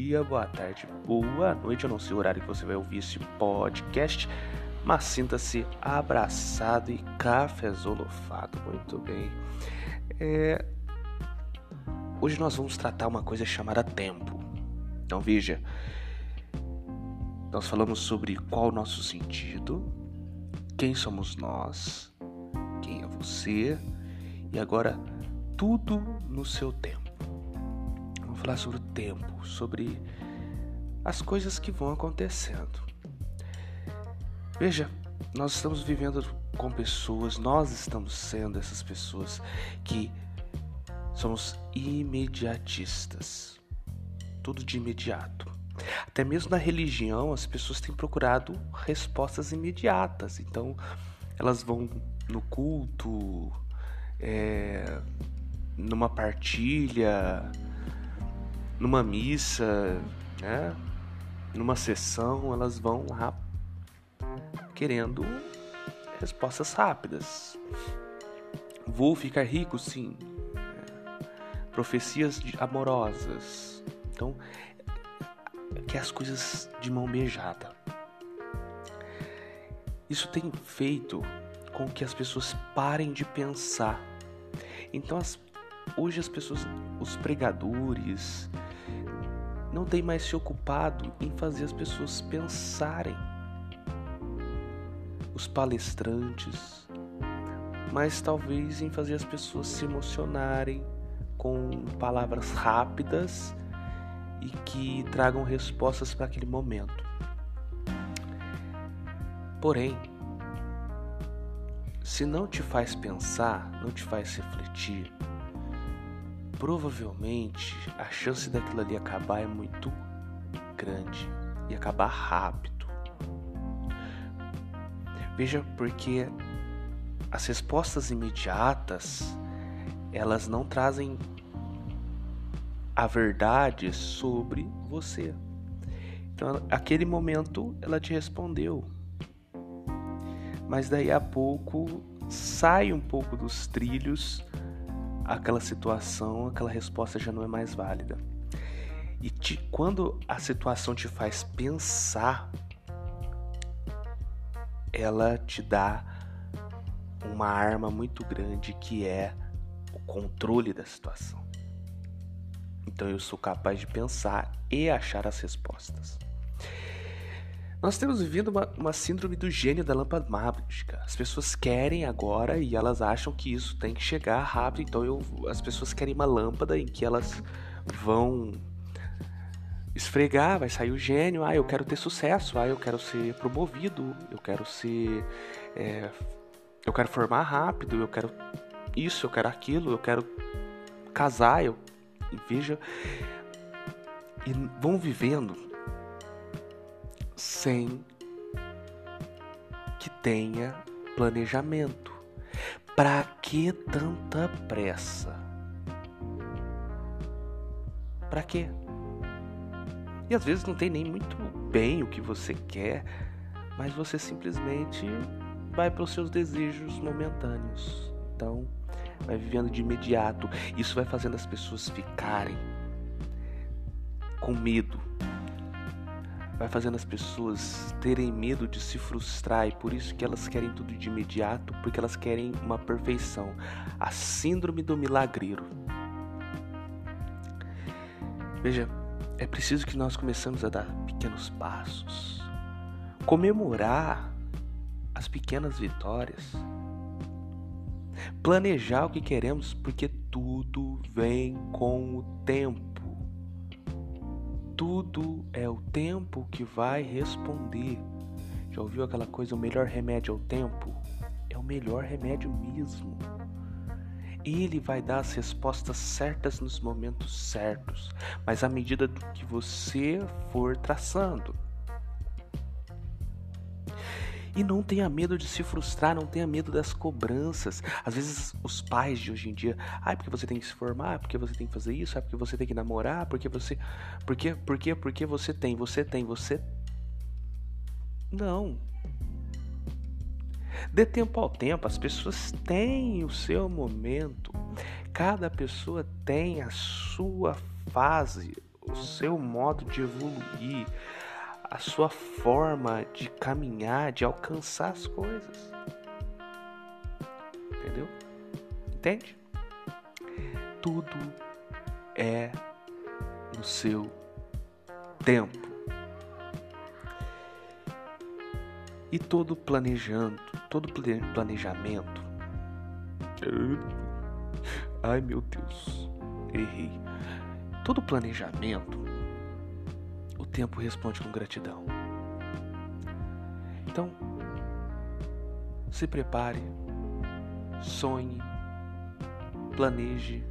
dia, boa tarde, boa noite. Eu não sei o horário que você vai ouvir esse podcast, mas sinta-se abraçado e cafezolofado. Muito bem. Hoje nós vamos tratar uma coisa chamada tempo. Então veja, nós falamos sobre qual o nosso sentido, quem somos nós, quem é você, e agora tudo no seu tempo. Vamos falar sobre o tempo, sobre as coisas que vão acontecendo. Veja, nós estamos vivendo com pessoas, nós estamos sendo essas pessoas que somos imediatistas. Tudo de imediato. Até mesmo na religião, as pessoas têm procurado respostas imediatas. Então, elas vão no culto, numa partilha, numa missa, né? Numa sessão, elas vão querendo respostas rápidas. Vou ficar rico? Sim. Profecias amorosas. Então, quer as coisas de mão beijada. Isso tem feito com que as pessoas parem de pensar. Então, hoje as pessoas, os pregadores, não têm mais se ocupado em fazer as pessoas pensarem. Os palestrantes, mas talvez em fazer as pessoas se emocionarem com palavras rápidas e que tragam respostas para aquele momento. Porém, se não te faz pensar, não te faz refletir, provavelmente a chance daquilo ali acabar é muito grande e acabar rápido. Veja, porque as respostas imediatas, elas não trazem a verdade sobre você. Então, naquele momento, ela te respondeu. Mas daí a pouco, sai um pouco dos trilhos aquela situação, aquela resposta já não é mais válida. E quando a situação te faz pensar, ela te dá uma arma muito grande que é o controle da situação. Então eu sou capaz de pensar e achar as respostas. Nós temos vivido uma síndrome do gênio da lâmpada mágica. As pessoas querem agora e elas acham que isso tem que chegar rápido. Então as pessoas querem uma lâmpada em que elas vão esfregar, vai sair o gênio. Eu quero ter sucesso, eu quero ser promovido, eu quero formar rápido, eu quero isso, eu quero aquilo, eu quero casar, veja, e vão vivendo sem que tenha planejamento. Pra que tanta pressa? Pra quê? E às vezes não tem nem muito bem o que você quer, mas você simplesmente vai para os seus desejos momentâneos. Então, vai vivendo de imediato. Isso vai fazendo as pessoas ficarem com medo. Vai fazendo as pessoas terem medo de se frustrar. E por isso que elas querem tudo de imediato, porque elas querem uma perfeição. A síndrome do milagreiro. Veja, é preciso que nós começemos a dar pequenos passos. Comemorar as pequenas vitórias. Planejar o que queremos, porque tudo vem com o tempo. Tudo é o tempo que vai responder. Já ouviu aquela coisa, o melhor remédio é o tempo? É o melhor remédio mesmo. Ele vai dar as respostas certas nos momentos certos, mas à medida do que você for traçando. E não tenha medo de se frustrar, não tenha medo das cobranças. Às vezes os pais de hoje em dia, porque você tem que se formar, porque você tem que fazer isso, porque você tem que namorar, porque você tem. Não. Dê tempo ao tempo, as pessoas têm o seu momento. Cada pessoa tem a sua fase, o seu modo de evoluir, a sua forma de caminhar, de alcançar as coisas. Entendeu? Entende? Tudo é no seu tempo. E todo planejamento. Ai, meu Deus, errei. Todo planejamento, o tempo responde com gratidão. Então, se prepare, sonhe, planeje,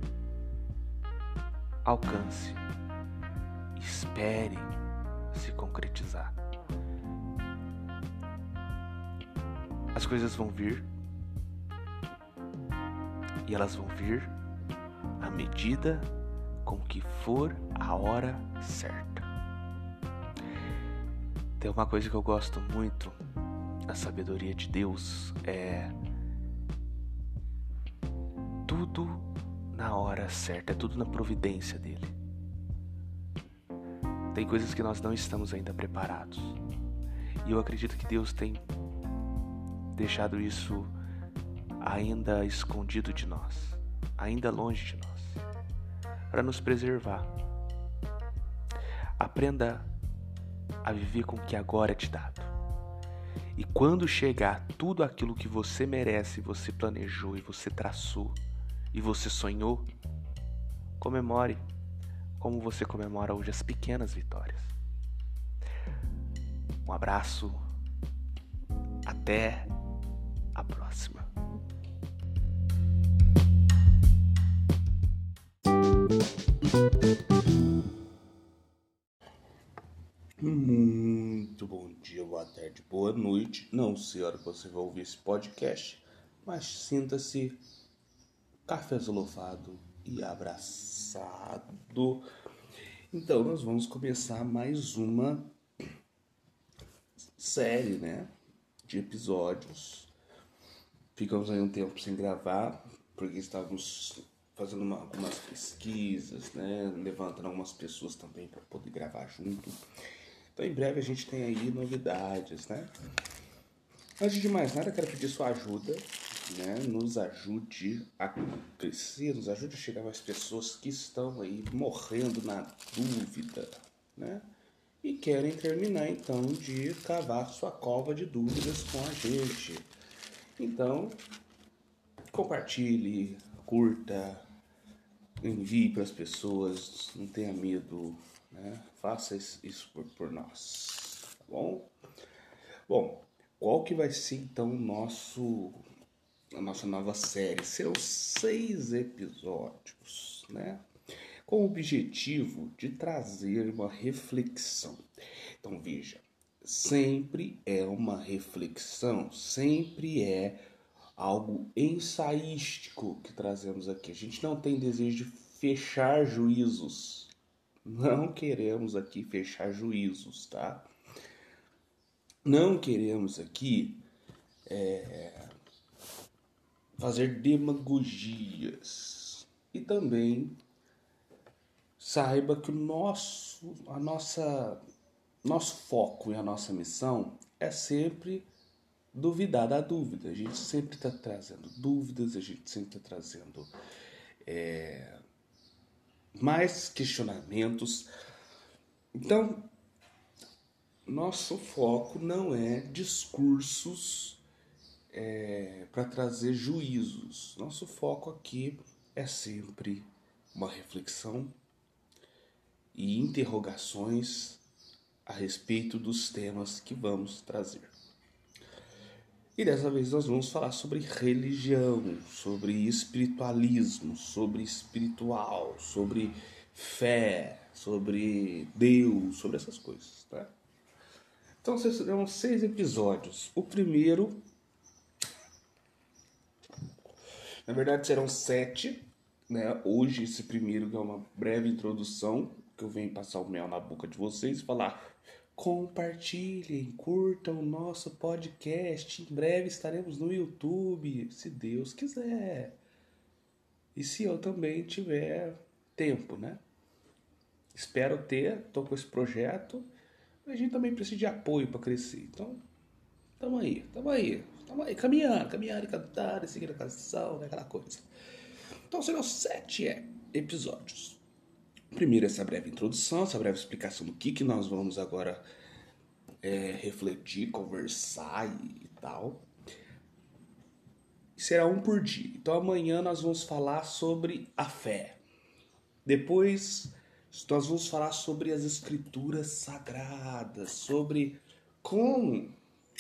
alcance, espere se concretizar. As coisas vão vir e elas vão vir à medida com que for a hora certa. Tem uma coisa que eu gosto muito da sabedoria de Deus, é tudo na hora certa, é tudo na providência dele. Tem coisas que nós não estamos ainda preparados. E eu acredito que Deus tem deixado isso ainda escondido de nós, ainda longe de nós, para nos preservar. Aprenda a viver com o que agora é te dado. E quando chegar tudo aquilo que você merece, você planejou e você traçou e você sonhou, comemore como você comemora hoje as pequenas vitórias. Um abraço, até a próxima. Muito bom dia, boa tarde, boa noite. Não sei a hora que você vai ouvir esse podcast, mas sinta-se cafezolofado e abraçado. Então, nós vamos começar mais uma série, de episódios. Ficamos aí um tempo sem gravar, porque estávamos fazendo algumas pesquisas, levantando algumas pessoas também para poder gravar junto. Então, em breve a gente tem aí novidades, Antes de mais nada, quero pedir sua ajuda, Nos ajude a crescer, nos ajude a chegar às pessoas que estão aí morrendo na dúvida, E querem terminar, então, de cavar sua cova de dúvidas com a gente. Então, compartilhe, curta, envie para as pessoas, não tenha medo, Faça isso por nós, tá bom? Bom, qual que vai ser então a nossa nova série? Serão 6 episódios, Com o objetivo de trazer uma reflexão. Então veja, sempre é uma reflexão, sempre é algo ensaístico que trazemos aqui. A gente não tem desejo de fechar juízos. Não queremos aqui fechar juízos, tá? Não queremos aqui fazer demagogias. E também saiba que nosso foco e a nossa missão é sempre duvidar da dúvida. A gente sempre está trazendo dúvidas, a gente sempre está trazendo mais questionamentos. Então, nosso foco não é discursos para trazer juízos. Nosso foco aqui é sempre uma reflexão e interrogações a respeito dos temas que vamos trazer. E dessa vez nós vamos falar sobre religião, sobre espiritualismo, sobre espiritual, sobre fé, sobre Deus, sobre essas coisas, Então serão 6 episódios. O primeiro, na verdade serão 7, Hoje esse primeiro que é uma breve introdução, que eu venho passar o mel na boca de vocês e falar: compartilhem, curtam o nosso podcast. Em breve estaremos no YouTube, se Deus quiser. E se eu também tiver tempo, Espero ter, tô com esse projeto. A gente também precisa de apoio para crescer. Então, tamo aí, caminhando, cantando, seguindo a canção, né, aquela coisa. Então serão 7 episódios. Primeiro essa breve introdução, essa breve explicação do que nós vamos agora refletir, conversar e tal. Será um por dia. Então amanhã nós vamos falar sobre a fé. Depois nós vamos falar sobre as escrituras sagradas, sobre como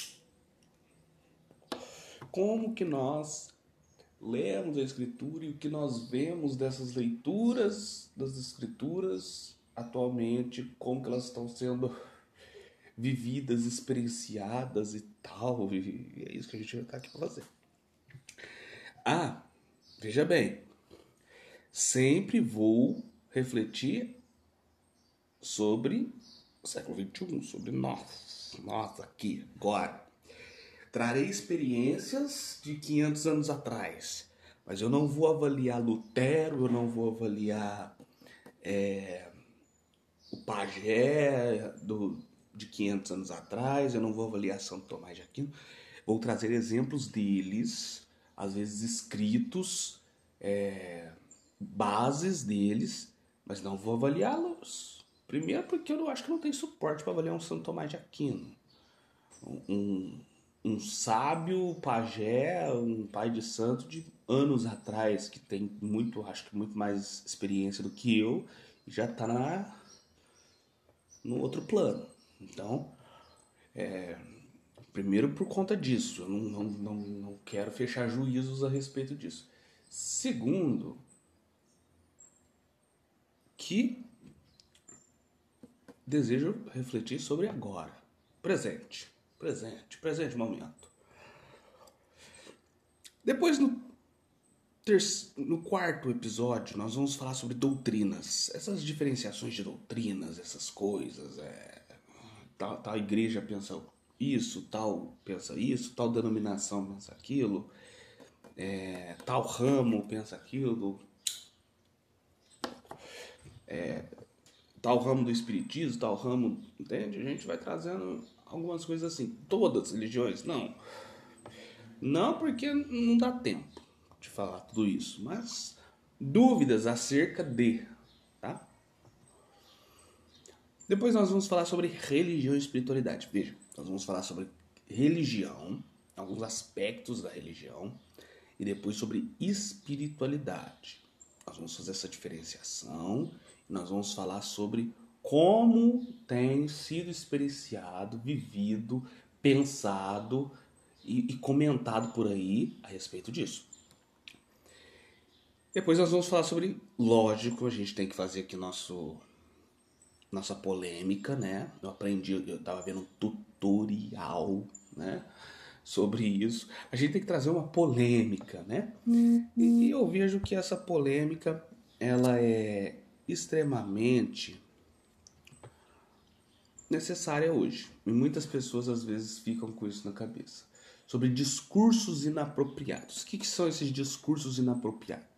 que nós lemos a escritura e o que nós vemos dessas leituras das escrituras atualmente, como que elas estão sendo vividas, experienciadas e tal. E é isso que a gente vai estar aqui para fazer. Veja bem, sempre vou refletir sobre o século XXI, sobre nós aqui, agora. Trarei experiências de 500 anos atrás, mas eu não vou avaliar Lutero, eu não vou avaliar o pajé de 500 anos atrás, eu não vou avaliar São Tomás de Aquino. Vou trazer exemplos deles, às vezes escritos, bases deles, mas não vou avaliá-los. Primeiro porque eu acho que não tem suporte para avaliar um São Tomás de Aquino. Um sábio pajé, um pai de santo de anos atrás, que tem acho que muito mais experiência do que eu, e já está no outro plano. Então, primeiro por conta disso, eu não quero fechar juízos a respeito disso. Segundo, que desejo refletir sobre agora, presente momento. Depois, no quarto episódio, nós vamos falar sobre doutrinas, essas diferenciações de doutrinas, essas coisas. Tal igreja pensa isso, tal pensa isso, tal denominação pensa aquilo, tal ramo pensa aquilo, tal ramo do espiritismo, tal ramo, entende? A gente vai trazendo algumas coisas assim. Todas as religiões? Não, porque não dá tempo de falar tudo isso, mas dúvidas acerca de, tá? Depois nós vamos falar sobre religião e espiritualidade. Veja, nós vamos falar sobre religião, alguns aspectos da religião, e depois sobre espiritualidade. Nós vamos fazer essa diferenciação e nós vamos falar sobre como tem sido experienciado, vivido, pensado e comentado por aí a respeito disso. Depois nós vamos falar sobre, lógico, a gente tem que fazer aqui nossa polêmica, né? Eu estava vendo um tutorial, né, sobre isso. A gente tem que trazer uma polêmica, né? E eu vejo que essa polêmica, ela é extremamente necessária hoje. E muitas pessoas às vezes ficam com isso na cabeça. Sobre discursos inapropriados. O que são esses discursos inapropriados?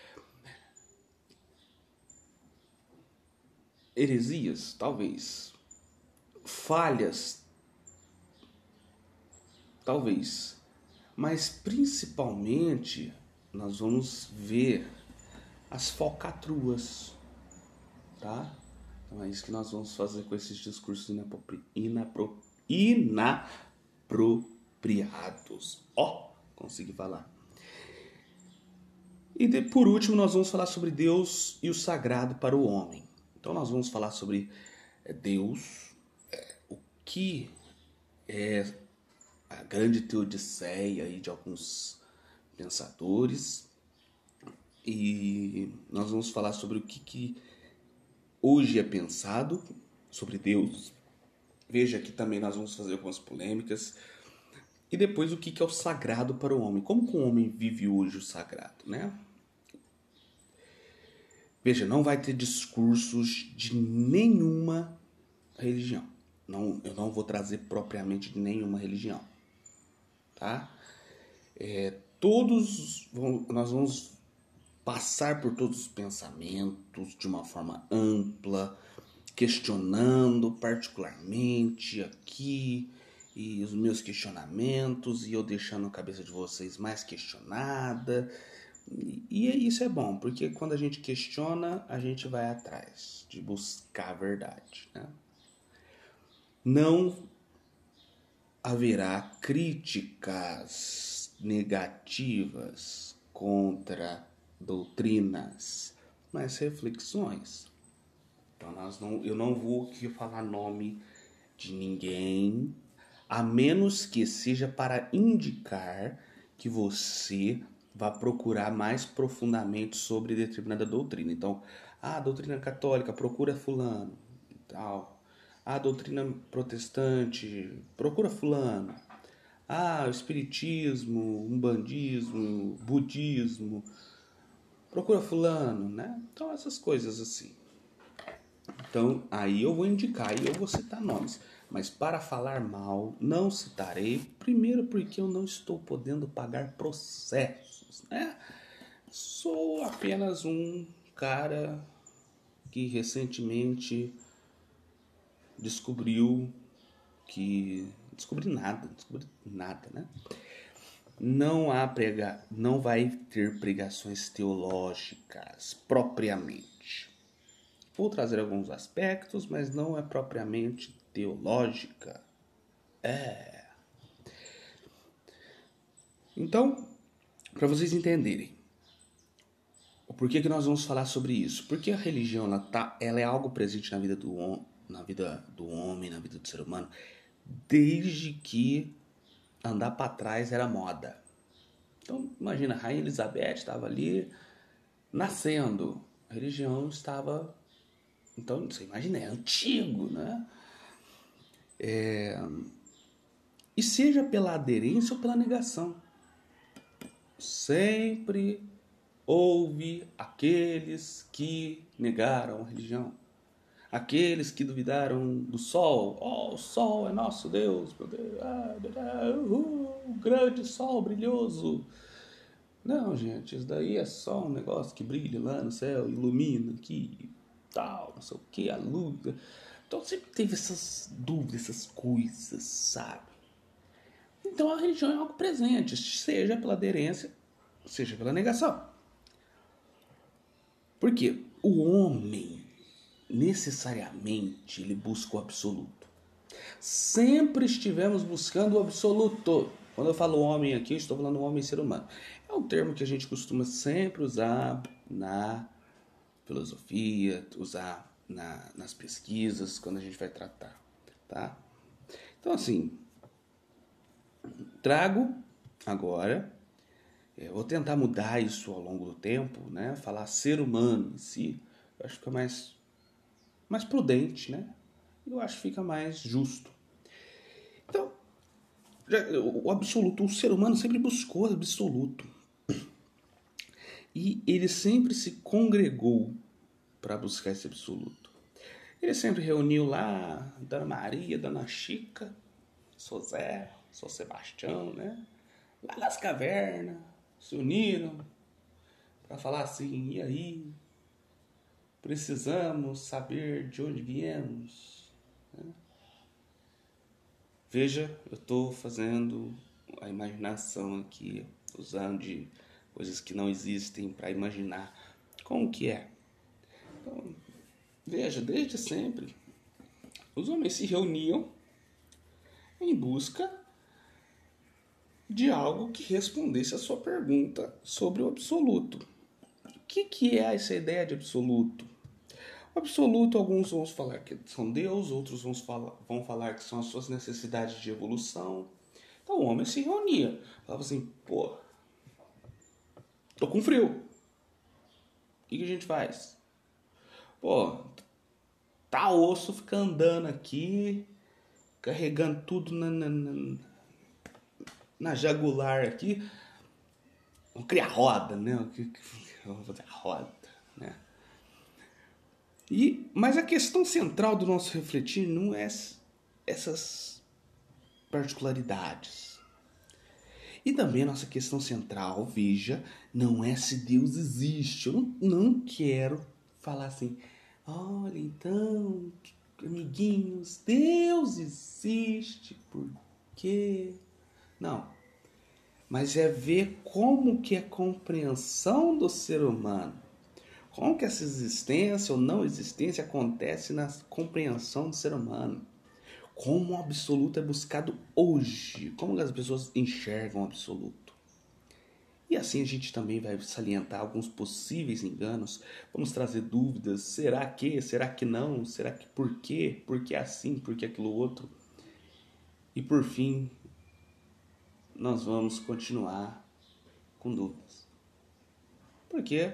Heresias, talvez. Falhas, talvez. Mas principalmente nós vamos ver as falcatruas, tá? Então é isso que nós vamos fazer com esses discursos inapropriados. Consegui falar. E por último nós vamos falar sobre Deus e o sagrado para o homem. Então nós vamos falar sobre Deus, o que é a grande teodiceia aí de alguns pensadores, e nós vamos falar sobre o que hoje é pensado sobre Deus. Veja que também nós vamos fazer algumas polêmicas. E depois o que é o sagrado para o homem. Como que o homem vive hoje o sagrado, né? Veja, não vai ter discursos de nenhuma religião. Eu não vou trazer propriamente de nenhuma religião, tá? Nós vamos passar por todos os pensamentos de uma forma ampla, questionando particularmente aqui, e os meus questionamentos, e eu deixando a cabeça de vocês mais questionada. E isso é bom, porque quando a gente questiona, a gente vai atrás de buscar a verdade, né? Não haverá críticas negativas contra doutrinas, mas reflexões. Então eu não vou aqui falar nome de ninguém, a menos que seja para indicar que você vá procurar mais profundamente sobre determinada doutrina. Então, a doutrina católica, procura fulano, tal. A doutrina protestante, procura fulano. O espiritismo, umbandismo, budismo, procura fulano, né? Então, essas coisas assim. Então, aí eu vou indicar e eu vou citar nomes. Mas para falar mal, não citarei. Primeiro porque eu não estou podendo pagar processos, né? Sou apenas um cara que recentemente descobri nada, né? Não vai ter pregações teológicas propriamente. Vou trazer alguns aspectos, mas não é propriamente teológica. Então, para vocês entenderem, por que nós vamos falar sobre isso? Porque a religião ela é algo presente na vida do homem, na vida do ser humano, desde que andar para trás era moda. Então, imagina, a Rainha Elizabeth estava ali nascendo, a religião estava... Então, você imagina, é antigo, né? E seja pela aderência ou pela negação, sempre houve aqueles que negaram a religião. Aqueles que duvidaram do sol. O sol é nosso Deus, meu Deus. O grande sol brilhoso. Não, gente, isso daí é só um negócio que brilha lá no céu, ilumina aqui, tal, não sei o que, a luz. Então sempre teve essas dúvidas, essas coisas, sabe? Então a religião é algo presente, seja pela aderência, seja pela negação. Por quê? O homem, necessariamente, ele busca o absoluto. Sempre estivemos buscando o absoluto. Quando eu falo homem aqui, eu estou falando homem ser humano. É um termo que a gente costuma sempre usar na filosofia, usar nas pesquisas, quando a gente vai tratar, tá? Então, assim, trago agora, vou tentar mudar isso ao longo do tempo, né? Falar ser humano em si, eu acho que fica mais prudente, né? Eu acho que fica mais justo. Então, o absoluto, o ser humano sempre buscou o absoluto. E ele sempre se congregou para buscar esse absoluto. Ele sempre reuniu lá Dona Maria, Dona Chica, São Zé, São Sebastião, né? Lá nas cavernas, se uniram para falar assim, e aí? Precisamos saber de onde viemos, né? Veja, eu estou fazendo a imaginação aqui, usando de coisas que não existem para imaginar como que é. Então, veja, desde sempre, os homens se reuniam em busca de algo que respondesse a sua pergunta sobre o absoluto. O que é essa ideia de absoluto? O absoluto, alguns vão falar que são Deus, outros vão falar que são as suas necessidades de evolução. Então o homem se reunia, falava assim, pô, tô com frio. O que a gente faz? Pô, tá osso fica andando aqui, carregando tudo na jagular aqui. Vamos criar roda, né? Vamos fazer a roda, né? Mas a questão central do nosso refletir não é essas particularidades. E também a nossa questão central, veja, não é se Deus existe. Eu não quero falar assim, olha, então, o amiguinhos, Deus existe, por quê? Não, mas é ver como que a compreensão do ser humano, como que essa existência ou não existência acontece na compreensão do ser humano. Como o absoluto é buscado hoje, como as pessoas enxergam o absoluto. E assim a gente também vai salientar alguns possíveis enganos, vamos trazer dúvidas, será que não, será que por que assim, por que aquilo outro. E por fim, nós vamos continuar com dúvidas. Por quê?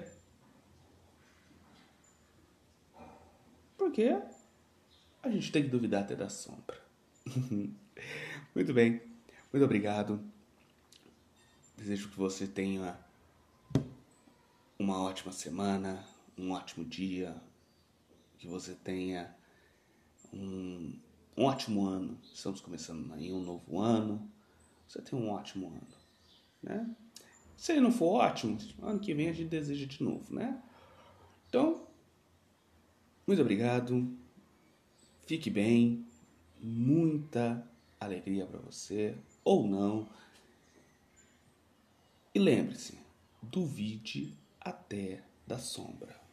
Porque a gente tem que duvidar até da sombra. Muito bem, muito obrigado. Desejo que você tenha uma ótima semana, um ótimo dia, que você tenha um ótimo ano. Estamos começando aí um novo ano. Você tem um ótimo ano, né? Se ele não for ótimo, ano que vem a gente deseja de novo, né? Então, muito obrigado. Fique bem. Muita alegria para você, ou não. E lembre-se, duvide até da sombra.